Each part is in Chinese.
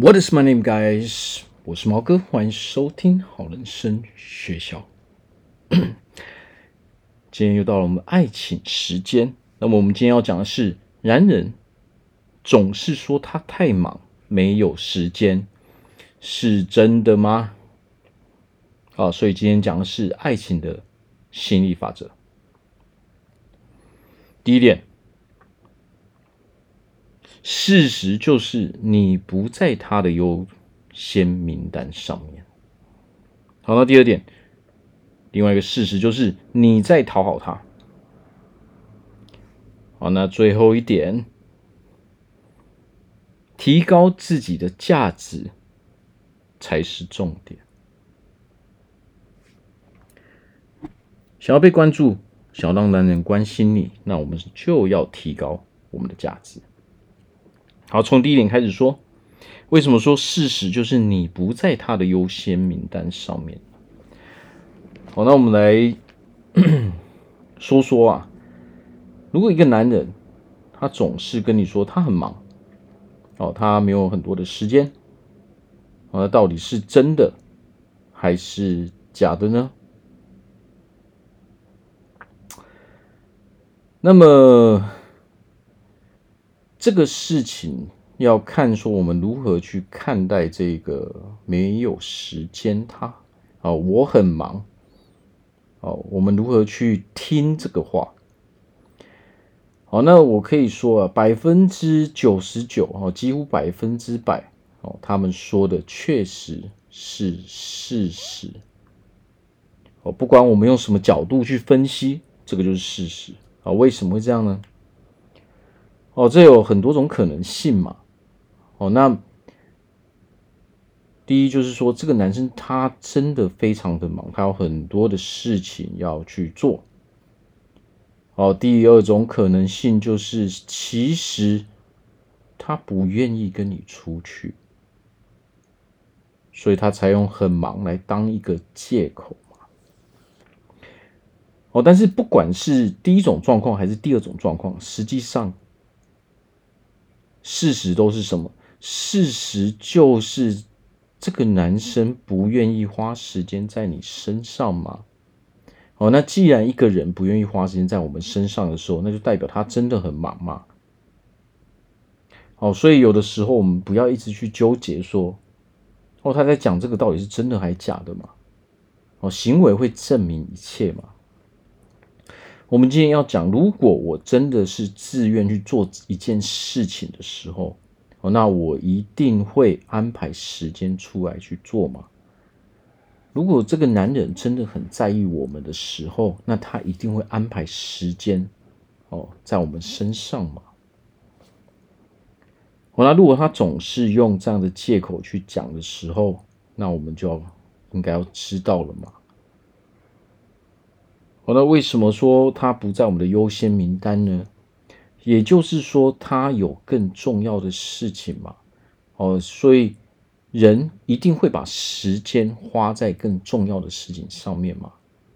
What is my name, guys？ 我是毛哥，欢迎收听好人生学校。今天又到了我们爱情时间，那么我们今天要讲的是，男人总是说他太忙，没有时间，是真的吗？所以今天讲的是爱情的心理法则。第一点，事实就是你不在他的优先名单上面。好，那第二点，另外一个事实就是你在讨好他。好，那最后一点，提高自己的价值才是重点。想要被关注，想要让男人关心你，那我们就要提高我们的价值。好，从第一点开始说，为什么说事实就是你不在他的优先名单上面？好，那我们来说说啊，如果一个男人他总是跟你说他很忙，他没有很多的时间，那到底是真的还是假的呢？那么这个事情要看说我们如何去看待这个没有时间他，我很忙，我们如何去听这个话？好，那我可以说啊，99%，几乎100%，他们说的确实是事实。不管我们用什么角度去分析，这个就是事实。为什么会这样呢？这有很多种可能性嘛。那第一就是说，这个男生他真的非常的忙，他有很多的事情要去做。第二种可能性就是，其实他不愿意跟你出去，所以他才用很忙来当一个借口嘛。但是不管是第一种状况还是第二种状况，实际上事实都是什么？事实就是这个男生不愿意花时间在你身上嘛。那既然一个人不愿意花时间在我们身上的时候，那就代表他真的很忙嘛。所以有的时候我们不要一直去纠结说，他在讲这个到底是真的还是假的嘛？行为会证明一切嘛。我们今天要讲，如果我真的是自愿去做一件事情的时候，那我一定会安排时间出来去做嘛。如果这个男人真的很在意我们的时候，那他一定会安排时间在我们身上嘛。那如果他总是用这样的借口去讲的时候，那我们就应该要知道了嘛。那为什么说他不在我们的优先名单呢？也就是说他有更重要的事情嘛。所以人一定会把时间花在更重要的事情上面嘛。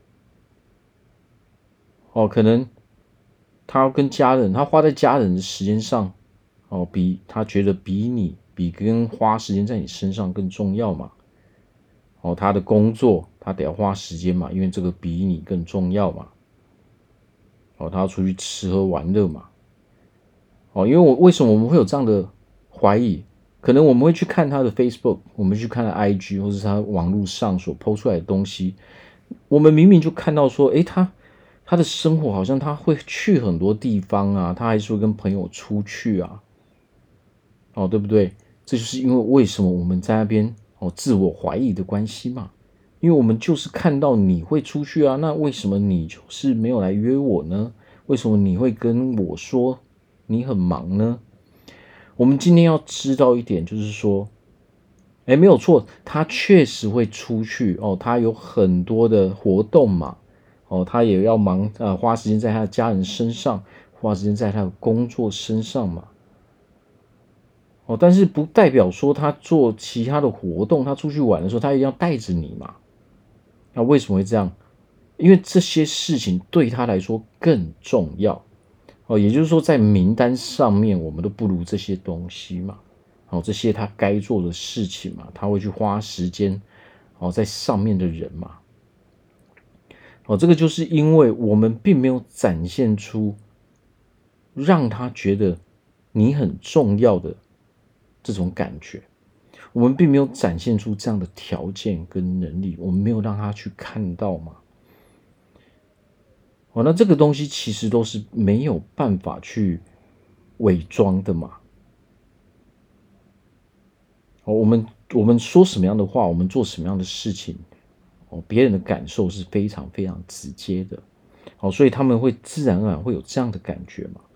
可能他要跟家人，他花在家人的时间上，他觉得比跟花时间在你身上更重要嘛。他的工作他得要花时间嘛，因为这个比你更重要嘛。他要出去吃喝玩乐嘛。因为为什么我们会有这样的怀疑？可能我们会去看他的 Facebook， 我们去看他的 IG， 或是他网络上所 po 出来的东西，我们明明就看到说，他的生活好像他会去很多地方啊，他还是会跟朋友出去啊，对不对？这就是因为为什么我们在那边自我怀疑的关系嘛，因为我们就是看到你会出去啊，那为什么你就是没有来约我呢？为什么你会跟我说你很忙呢？我们今天要知道一点，就是说，没有错，他确实会出去他有很多的活动嘛，他也要忙花时间在他的家人身上，花时间在他的工作身上嘛。但是不代表说他做其他的活动，他出去玩的时候，他一定要带着你嘛。那为什么会这样？因为这些事情对他来说更重要。也就是说在名单上面我们都不如这些东西嘛。 这些他该做的事情嘛，他会去花时间在上面的人嘛。这个就是因为我们并没有展现出让他觉得你很重要的这种感觉，我们并没有展现出这样的条件跟能力，我们没有让他去看到嘛。那这个东西其实都是没有办法去伪装的嘛。我们说什么样的话，我们做什么样的事情，别人的感受是非常非常直接的，所以他们会自然而然会有这样的感觉嘛。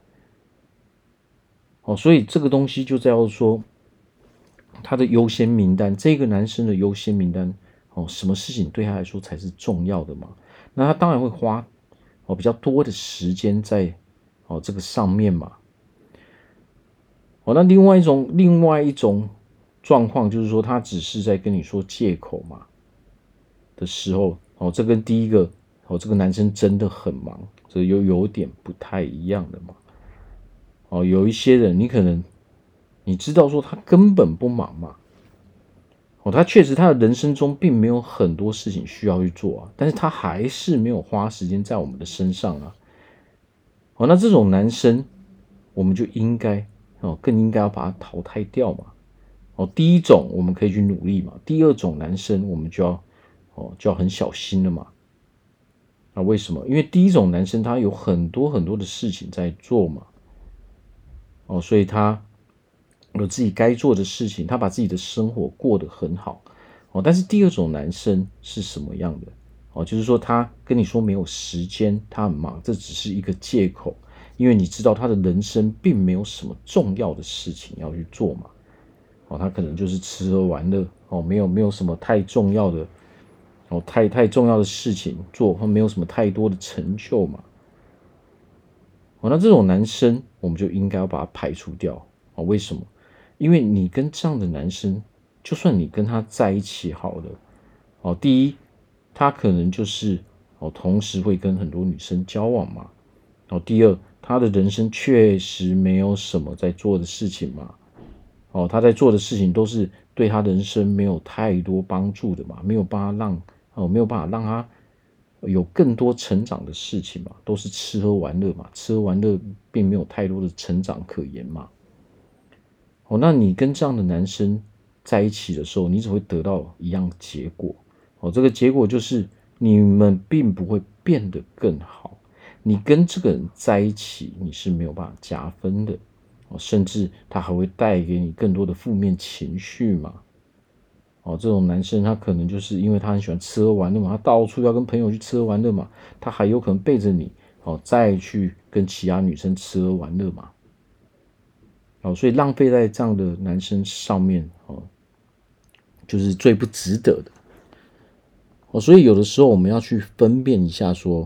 所以这个东西就叫做他的优先名单，这个男生的优先名单，什么事情对他来说才是重要的嘛？那他当然会花比较多的时间在这个上面嘛。那另外一种状况就是说，他只是在跟你说借口嘛的时候，这跟第一个这个男生真的很忙，这有点不太一样的嘛。有一些人你知道说他根本不忙嘛。他确实他的人生中并没有很多事情需要去做啊，但是他还是没有花时间在我们的身上啊。那这种男生我们就更应该要把他淘汰掉嘛。第一种我们可以去努力嘛，第二种男生我们就要很小心了嘛。为什么？因为第一种男生他有很多很多的事情在做嘛。所以他有自己该做的事情，他把自己的生活过得很好。但是第二种男生是什么样的？就是说他跟你说没有时间，他很忙，这只是一个借口，因为你知道他的人生并没有什么重要的事情要去做嘛。他可能就是吃喝玩乐，没有什么太重要的太重要的事情做，没有什么太多的成就嘛。那这种男生我们就应该要把他排除掉。为什么？因为你跟这样的男生，就算你跟他在一起好了，第一，他可能就是同时会跟很多女生交往嘛。第二，他的人生确实没有什么在做的事情嘛。他在做的事情都是对他人生没有太多帮助的嘛，没有办法让他有更多成长的事情嘛，都是吃喝玩乐嘛，吃喝玩乐并没有太多的成长可言嘛。那你跟这样的男生在一起的时候，你只会得到一样结果。这个结果就是你们并不会变得更好，你跟这个人在一起，你是没有办法加分的。甚至他还会带给你更多的负面情绪嘛。这种男生他可能就是因为他很喜欢吃喝玩乐嘛，他到处要跟朋友去吃喝玩乐嘛，他还有可能背着你再去跟其他女生吃喝玩乐嘛。所以浪费在这样的男生上面就是最不值得的。所以有的时候我们要去分辨一下说，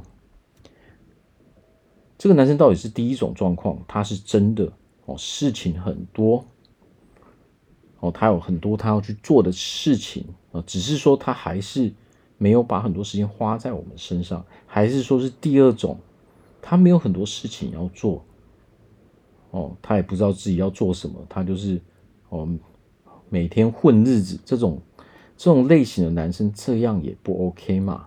这个男生到底是第一种状况，他是真的事情很多，他有很多他要去做的事情，只是说他还是没有把很多时间花在我们身上，还是说是第二种，他没有很多事情要做，他也不知道自己要做什么，他就是每天混日子，这种类型的男生，这样也不 OK 嘛。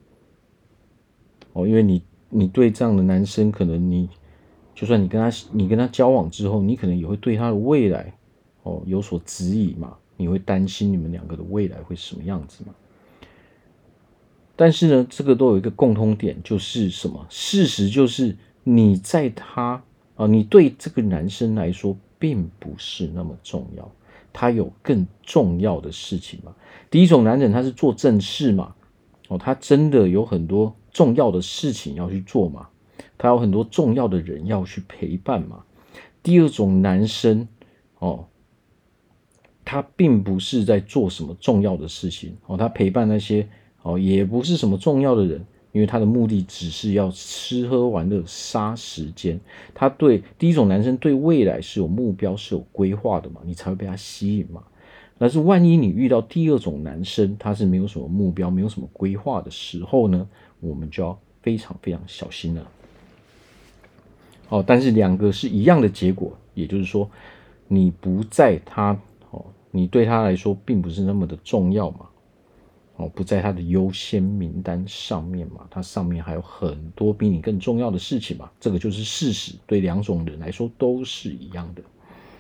因为你对这样的男生，可能就算你跟他交往之后，你可能也会对他的未来有所质疑嘛，你会担心你们两个的未来会什么样子嘛。但是呢，这个都有一个共通点，就是什么？事实就是你对这个男生来说并不是那么重要，他有更重要的事情嘛。第一种男人他是做正事嘛，他真的有很多重要的事情要去做嘛，他有很多重要的人要去陪伴嘛。第二种男生他并不是在做什么重要的事情他陪伴那些也不是什么重要的人，因为他的目的只是要吃喝玩乐杀时间。他对第一种男生对未来是有目标是有规划的嘛，你才会被他吸引嘛。但是万一你遇到第二种男生，他是没有什么目标没有什么规划的时候呢，我们就要非常非常小心了。但是两个是一样的结果，也就是说你不在他你对他来说并不是那么的重要嘛，不在他的优先名单上面嘛，他上面还有很多比你更重要的事情嘛，这个就是事实，对两种人来说都是一样的。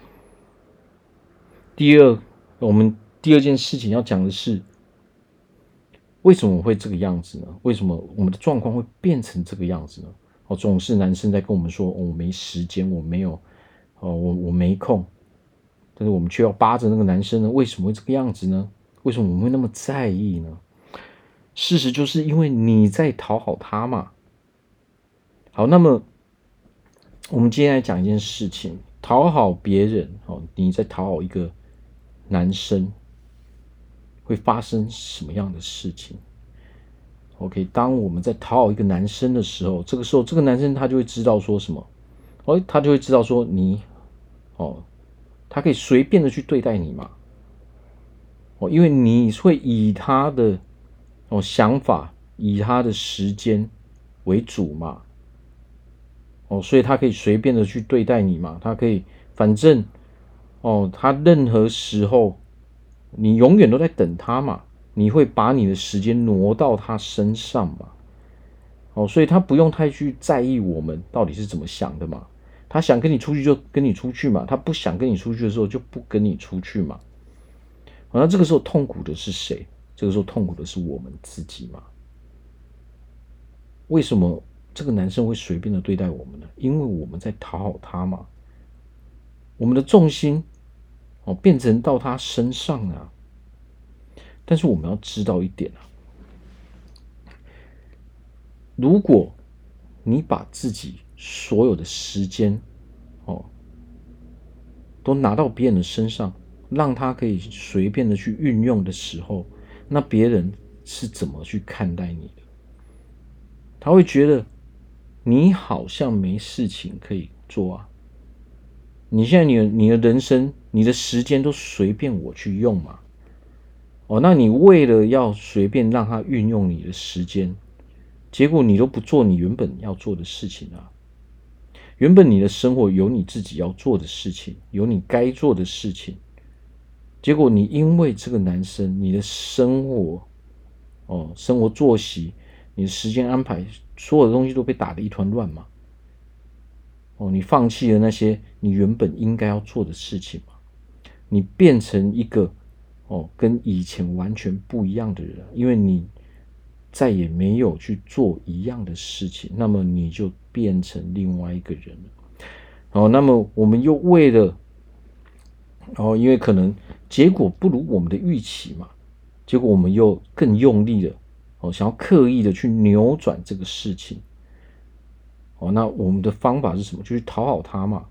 我们第二件事情要讲的是，为什么会这个样子呢？为什么我们的状况会变成这个样子呢？总是男生在跟我们说，我没时间，我没有，我没空，但是我们却要扒着那个男生呢？为什么会这个样子呢？为什么我们会那么在意呢？事实就是因为你在讨好他嘛。好，那么我们今天来讲一件事情，讨好别人，你在讨好一个男生，会发生什么样的事情 ？OK， 当我们在讨好一个男生的时候，这个时候这个男生他就会知道说什么，他就会知道说你，他可以随便的去对待你嘛，因为你会以他的想法，以他的时间为主嘛，所以他可以随便的去对待你嘛，他可以反正他任何时候你永远都在等他嘛，你会把你的时间挪到他身上嘛，所以他不用太去在意我们到底是怎么想的嘛，他想跟你出去就跟你出去嘛，他不想跟你出去的时候就不跟你出去嘛。那这个时候痛苦的是谁？这个时候痛苦的是我们自己嘛。为什么这个男生会随便的对待我们呢？因为我们在讨好他嘛，我们的重心变成到他身上啊。但是我们要知道一点如果你把自己所有的时间都拿到别人的身上，让他可以随便的去运用的时候，那别人是怎么去看待你的？他会觉得你好像没事情可以做啊。你现在你的人生，你的时间都随便我去用嘛。那你为了要随便让他运用你的时间，结果你都不做你原本要做的事情啊。原本你的生活有你自己要做的事情，有你该做的事情，结果你因为这个男生，你的生活生活作息，你的时间安排，所有的东西都被打得一团乱嘛。你放弃了那些你原本应该要做的事情嘛，你变成一个跟以前完全不一样的人，因为你再也没有去做一样的事情，那么你就变成另外一个人了。那么我们又为了因为可能结果不如我们的预期嘛，结果我们又更用力了想要刻意的去扭转这个事情。那我们的方法是什么？就是讨好他嘛。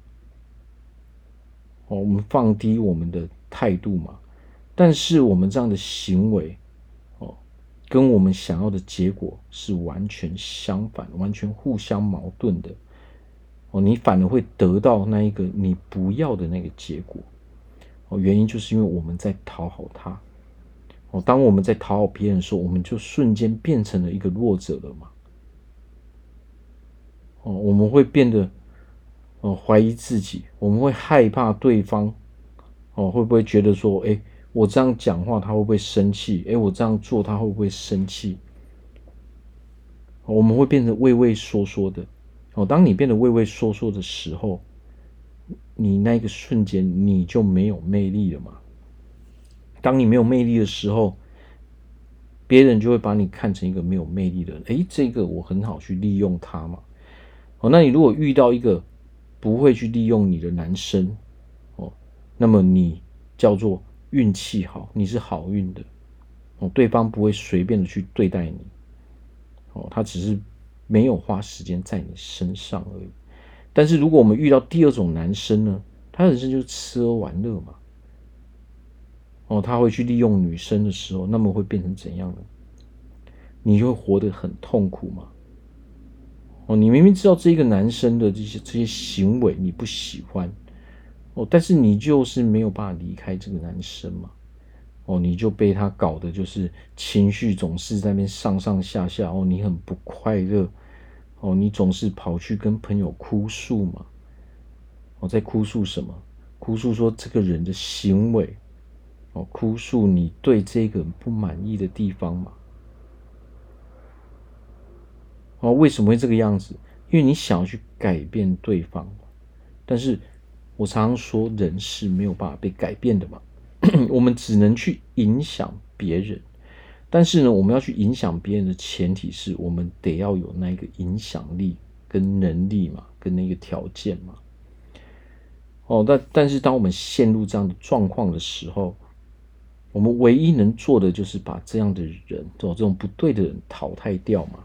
我们放低我们的态度嘛。但是我们这样的行为跟我们想要的结果是完全相反，完全互相矛盾的。你反而会得到那一个你不要的那个结果。原因就是因为我们在讨好他。当我们在讨好别人的时候，我们就瞬间变成了一个弱者了嘛。我们会变得怀疑自己，我们会害怕对方会不会觉得说，我这样讲话他会不会生气？我这样做他会不会生气？我们会变得畏畏缩缩的。当你变得畏畏缩缩的时候，你那个瞬间你就没有魅力了嘛。当你没有魅力的时候，别人就会把你看成一个没有魅力的人。这个我很好去利用他嘛。那你如果遇到一个不会去利用你的男生那么你叫做运气好，你是好运的对方不会随便的去对待你他只是没有花时间在你身上而已。但是如果我们遇到第二种男生呢，他人生就是吃喝玩乐嘛他会去利用女生的时候，那么会变成怎样呢？你就会活得很痛苦嘛你明明知道这个男生的这些行为你不喜欢但是你就是没有办法离开这个男生嘛你就被他搞得就是情绪总是在那边上上下下你很不快乐你总是跑去跟朋友哭诉嘛在哭诉什么？ 哭诉说这个人的行为，哭诉你对这个人不满意的地方嘛。为什么会这个样子？因为你想要去改变对方，但是我常常说，人是没有办法被改变的嘛，我们只能去影响别人。但是呢，我们要去影响别人的前提是我们得要有那个影响力跟能力嘛，跟那个条件嘛。但是当我们陷入这样的状况的时候，我们唯一能做的就是把这样的人，这种不对的人淘汰掉嘛。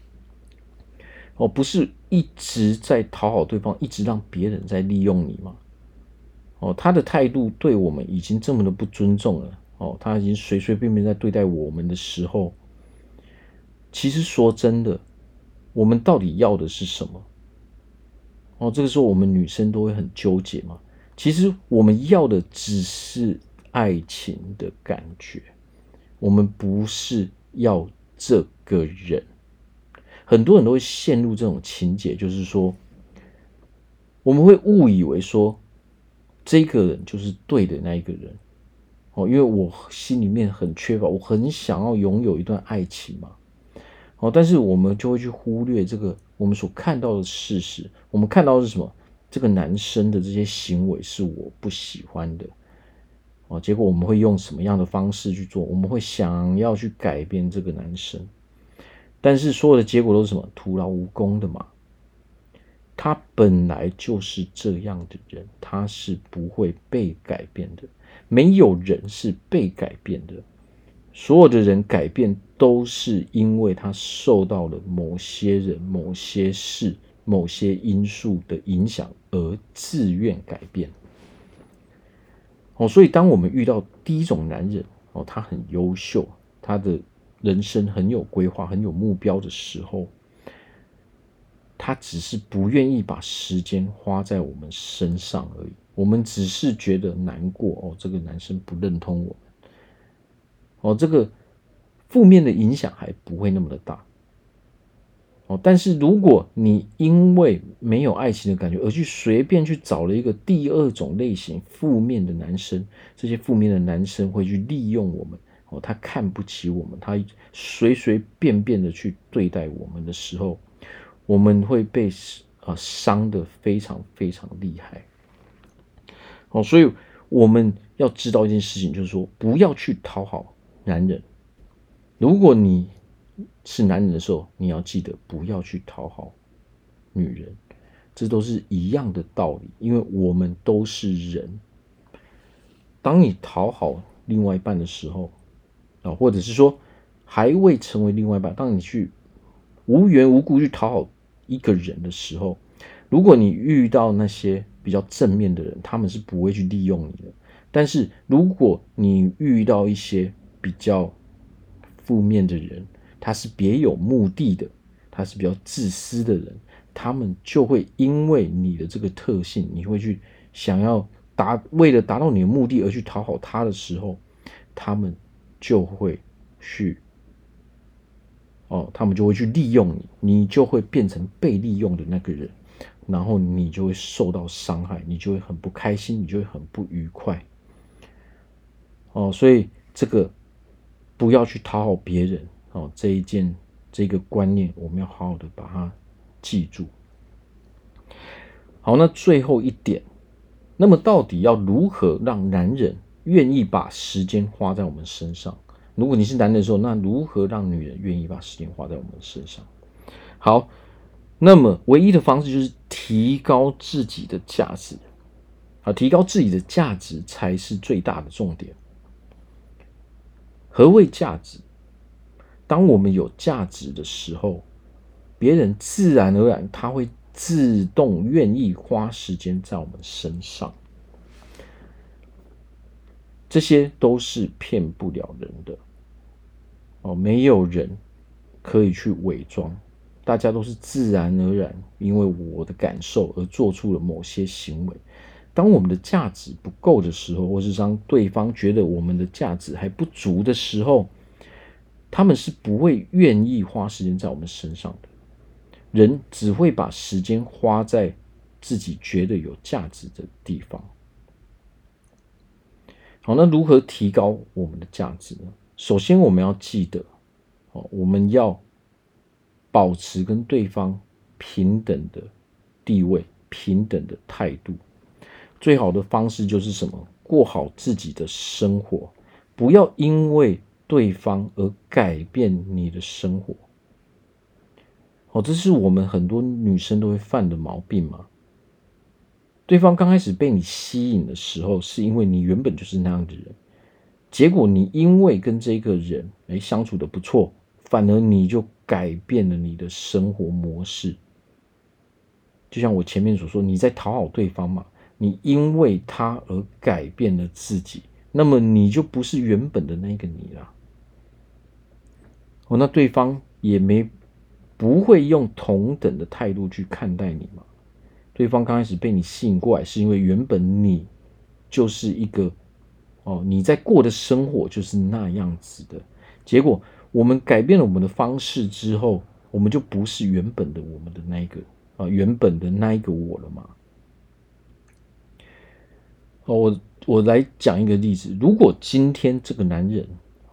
不是一直在讨好对方，一直让别人在利用你嘛。他的态度对我们已经这么的不尊重了，他已经随随便便在对待我们的时候，其实说真的，我们到底要的是什么？这个时候我们女生都会很纠结嘛。其实我们要的只是爱情的感觉，我们不是要这个人。很多人都会陷入这种情节，就是说，我们会误以为说，这个人就是对的那一个人，因为我心里面很缺乏，我很想要拥有一段爱情嘛，但是我们就会去忽略这个我们所看到的事实，我们看到的是什么？这个男生的这些行为是我不喜欢的，结果我们会用什么样的方式去做？我们会想要去改变这个男生。但是所有的结果都是什么？徒劳无功的嘛。他本来就是这样的人，他是不会被改变的。没有人是被改变的，所有的人改变都是因为他受到了某些人、某些事、某些因素的影响而自愿改变。所以当我们遇到第一种男人，他很优秀，他的人生很有规划、很有目标的时候，他只是不愿意把时间花在我们身上而已。我们只是觉得难过，这个男生不认同我们，这个负面的影响还不会那么的大。但是如果你因为没有爱情的感觉而去随便去找了一个第二种类型负面的男生，这些负面的男生会去利用我们，他看不起我们，他随随便便的去对待我们的时候，我们会被伤得非常非常厉害。所以我们要知道一件事情，就是说不要去讨好男人。如果你是男人的时候，你要记得不要去讨好女人，这都是一样的道理，因为我们都是人。当你讨好另外一半的时候，或者是说还未成为另外一半，当你去无缘无故去讨好一个人的时候，如果你遇到那些比较正面的人，他们是不会去利用你的。但是如果你遇到一些比较负面的人，他是别有目的的，他是比较自私的人，他们就会因为你的这个特性，你会去想要为了达到你的目的而去讨好他的时候，他们就会去利用你，你就会变成被利用的那个人，然后你就会受到伤害，你就会很不开心，你就会很不愉快。所以这个不要去讨好别人，这个观念我们要好好的把它记住。好，那最后一点，那么到底要如何让男人愿意把时间花在我们身上？如果你是男人的时候，那如何让女人愿意把时间花在我们身上？好，那么唯一的方式就是提高自己的价值。提高自己的价值才是最大的重点。何谓价值？当我们有价值的时候，别人自然而然他会自动愿意花时间在我们身上。这些都是骗不了人的，没有人可以去伪装，大家都是自然而然因为我的感受而做出了某些行为。当我们的价值不够的时候，或是当对方觉得我们的价值还不足的时候，他们是不会愿意花时间在我们身上的。人只会把时间花在自己觉得有价值的地方。 好，那如何提高我们的价值呢？首先我们要记得，我们要保持跟对方平等的地位、平等的态度。最好的方式就是什么？过好自己的生活，不要因为对方而改变你的生活。这是我们很多女生都会犯的毛病嘛。对方刚开始被你吸引的时候，是因为你原本就是那样的人，结果你因为跟这个人相处的不错，反而你就改变了你的生活模式。就像我前面所说，你在讨好对方嘛，你因为他而改变了自己，那么你就不是原本的那个你啦。那对方也不会用同等的态度去看待你嘛。对方刚开始被你吸引过来，是因为原本你就是一个你在过的生活就是那样子的。结果我们改变了我们的方式之后，我们就不是原本的我们的那一个原本的那一个我了嘛。我来讲一个例子，如果今天这个男人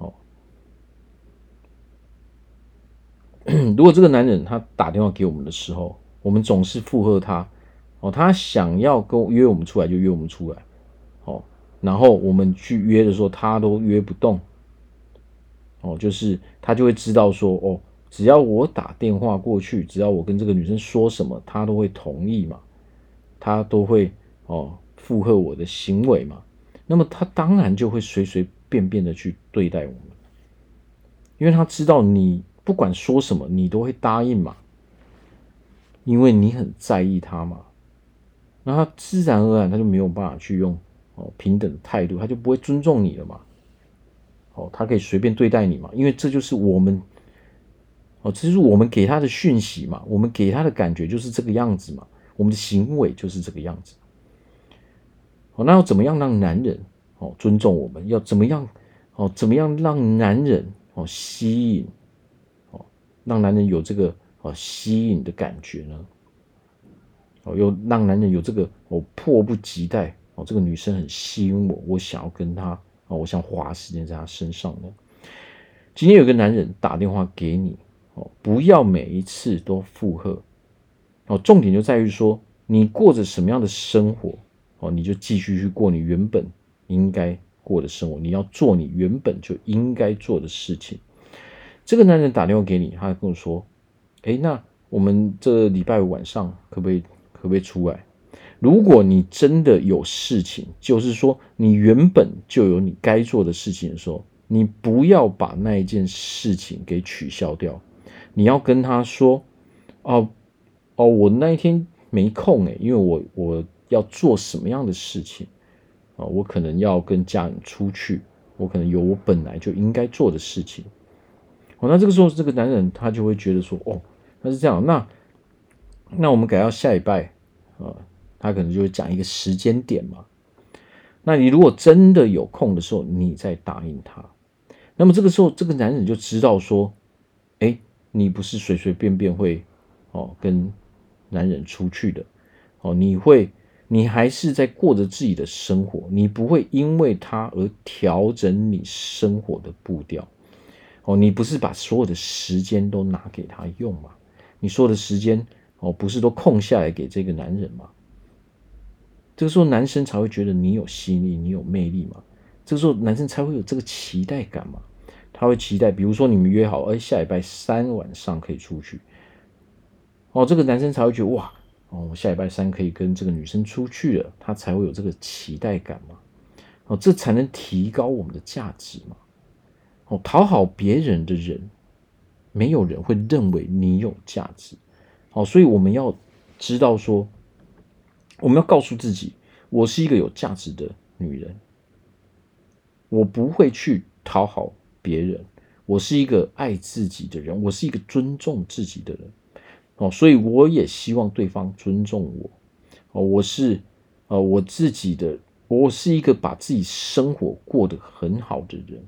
如果这个男人他打电话给我们的时候，我们总是附和他，他想要约我们出来就约我们出来，然后我们去约的时候他都约不动，就是他就会知道说，只要我打电话过去，只要我跟这个女生说什么，他都会同意嘛，他都会附和我的行为嘛，那么他当然就会随随便便的去对待我们，因为他知道你不管说什么，你都会答应嘛，因为你很在意他嘛，那他自然而然他就没有办法去用平等的态度，他就不会尊重你了嘛。他可以随便对待你嘛，因为这就是我们这就是我们给他的讯息嘛，我们给他的感觉就是这个样子嘛，我们的行为就是这个样子。那要怎么样让男人尊重我们？要怎么样让男人吸引让男人有这个吸引的感觉呢？又让男人有这个迫不及待这个女生很吸引我，我想要跟她我想花时间在她身上呢。今天有个男人打电话给你不要每一次都附和重点就在于说你过着什么样的生活你就继续去过你原本应该过的生活，你要做你原本就应该做的事情。这个男人打电话给你，他跟我说那我们这礼拜五晚上可不可以出来？如果你真的有事情，就是说你原本就有你该做的事情的时候，你不要把那一件事情给取消掉，你要跟他说我那一天没空因为我要做什么样的事情我可能要跟家人出去，我可能有我本来就应该做的事情那这个时候这个男人他就会觉得说那是这样，那我们改到下礼拜他可能就会讲一个时间点嘛。那你如果真的有空的时候，你再答应他。那么这个时候，这个男人就知道说，你不是随随便便会跟男人出去的你还是在过着自己的生活，你不会因为他而调整你生活的步调你不是把所有的时间都拿给他用嘛？你所有的时间不是都空下来给这个男人嘛？这个时候男生才会觉得你有吸引力，你有魅力嘛？这个时候男生才会有这个期待感嘛？他会期待，比如说你们约好，下礼拜三晚上可以出去，这个男生才会觉得哇，我下礼拜三可以跟这个女生出去了，他才会有这个期待感嘛？这才能提高我们的价值嘛？讨好别人的人，没有人会认为你有价值所以我们要知道说，我们要告诉自己，我是一个有价值的女人，我不会去讨好别人，我是一个爱自己的人，我是一个尊重自己的人所以我也希望对方尊重我我是我自己的，我是一个把自己生活过得很好的人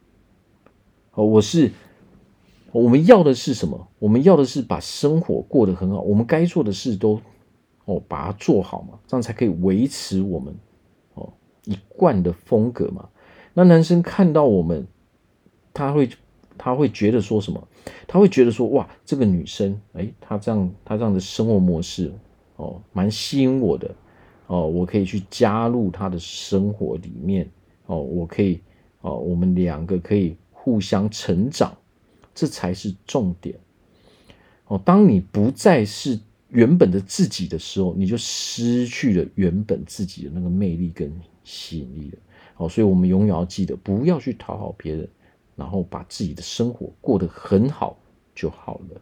我们要的是什么？我们要的是把生活过得很好，我们该做的事都把它做好嘛，这样才可以维持我们一贯的风格嘛。那男生看到我们，他会觉得说什么？他会觉得说，哇，这个女生，她这样的生活模式，蛮吸引我的，我可以去加入她的生活里面，我可以，我们两个可以互相成长，这才是重点。当你不再是原本的自己的时候，你就失去了原本自己的那个魅力跟吸引力了。所以我们永远要记得，不要去讨好别人，然后把自己的生活过得很好就好了。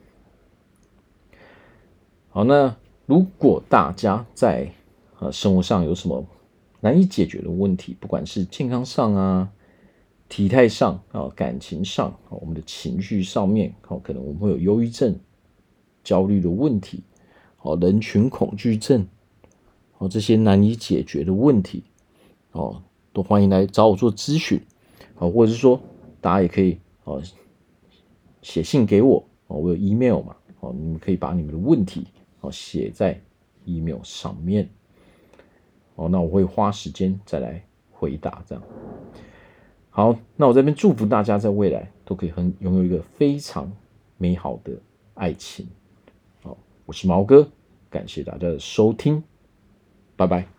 好，那如果大家在生活上有什么难以解决的问题，不管是健康上啊、体态上啊、感情上，我们的情绪上面，可能我们会有忧郁症、焦虑的问题，人群恐惧症，这些难以解决的问题，都欢迎来找我做咨询，或者是说大家也可以写信给我，我有 email 嘛，你们可以把你们的问题写在 email 上面，那我会花时间再来回答这样。好，那我这边祝福大家在未来都可以拥有一个非常美好的爱情。我是毛哥，感谢大家的收听，拜拜。